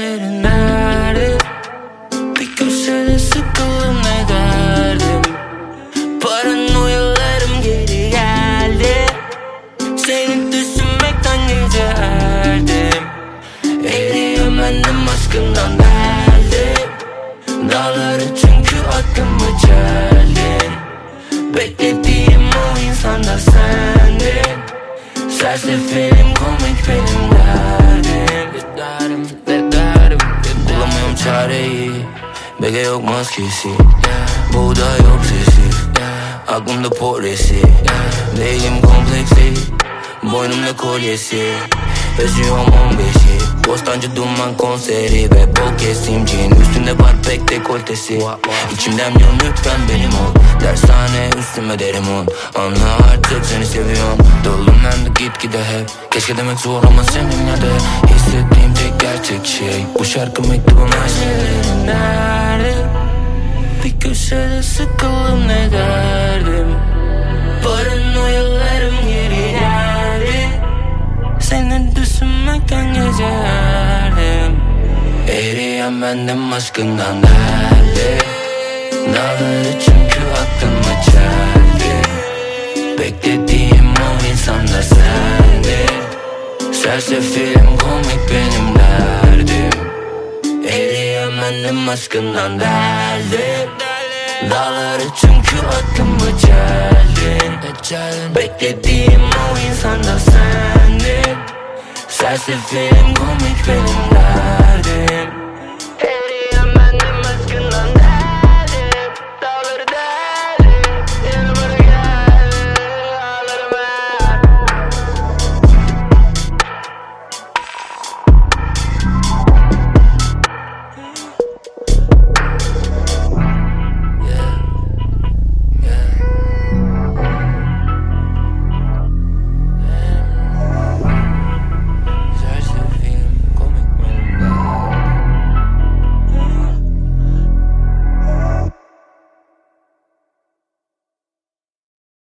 Senelerin nerede? Bir köşede sıkıldım ne derdim. Paranoyalarım geri geldi. Seni düşünmekten gece erdim. Eriyemendim aşkından deldim. Dağları çünkü aklımı çeldin. Beklediğim o insan da sendin. Sersefirim komik benim derdim. Bulamıyorum çareyi. BG yok maskesi. Buğday yok sesi. Aklımda poresi. Değilim kompleksi. Boynumda kolyesi. Yaşıyorum 15'i. Bostancı Duman konseri ve bol kesim cin. Üstünde var pek dekoltesi. İçimden diyor lütfen benim ol. Dershane üstüme derim on. Anla artık seni seviyorum. Dolum ben de gitgide hep. Keşke demek zor ama seninle de. Hissettiğim tek gerçek şey bu şarkı mektubum her şeylerin nerede? Bir köşede sıkıldım ne derdim. Paranoyalarım geri geldi. Seni düşünmekten gece erdim. Eriyen bendim aşkından derdi. Dağları çünkü aklımı çeldi. Beklediğim o insan da sendin. Sersefirim komik benim derdim. Eriyen bendim aşkından derdi. Dağları çünkü aklımı çeldin. Beklediğim o insan da sendin. Sersefirim komik benim derdim.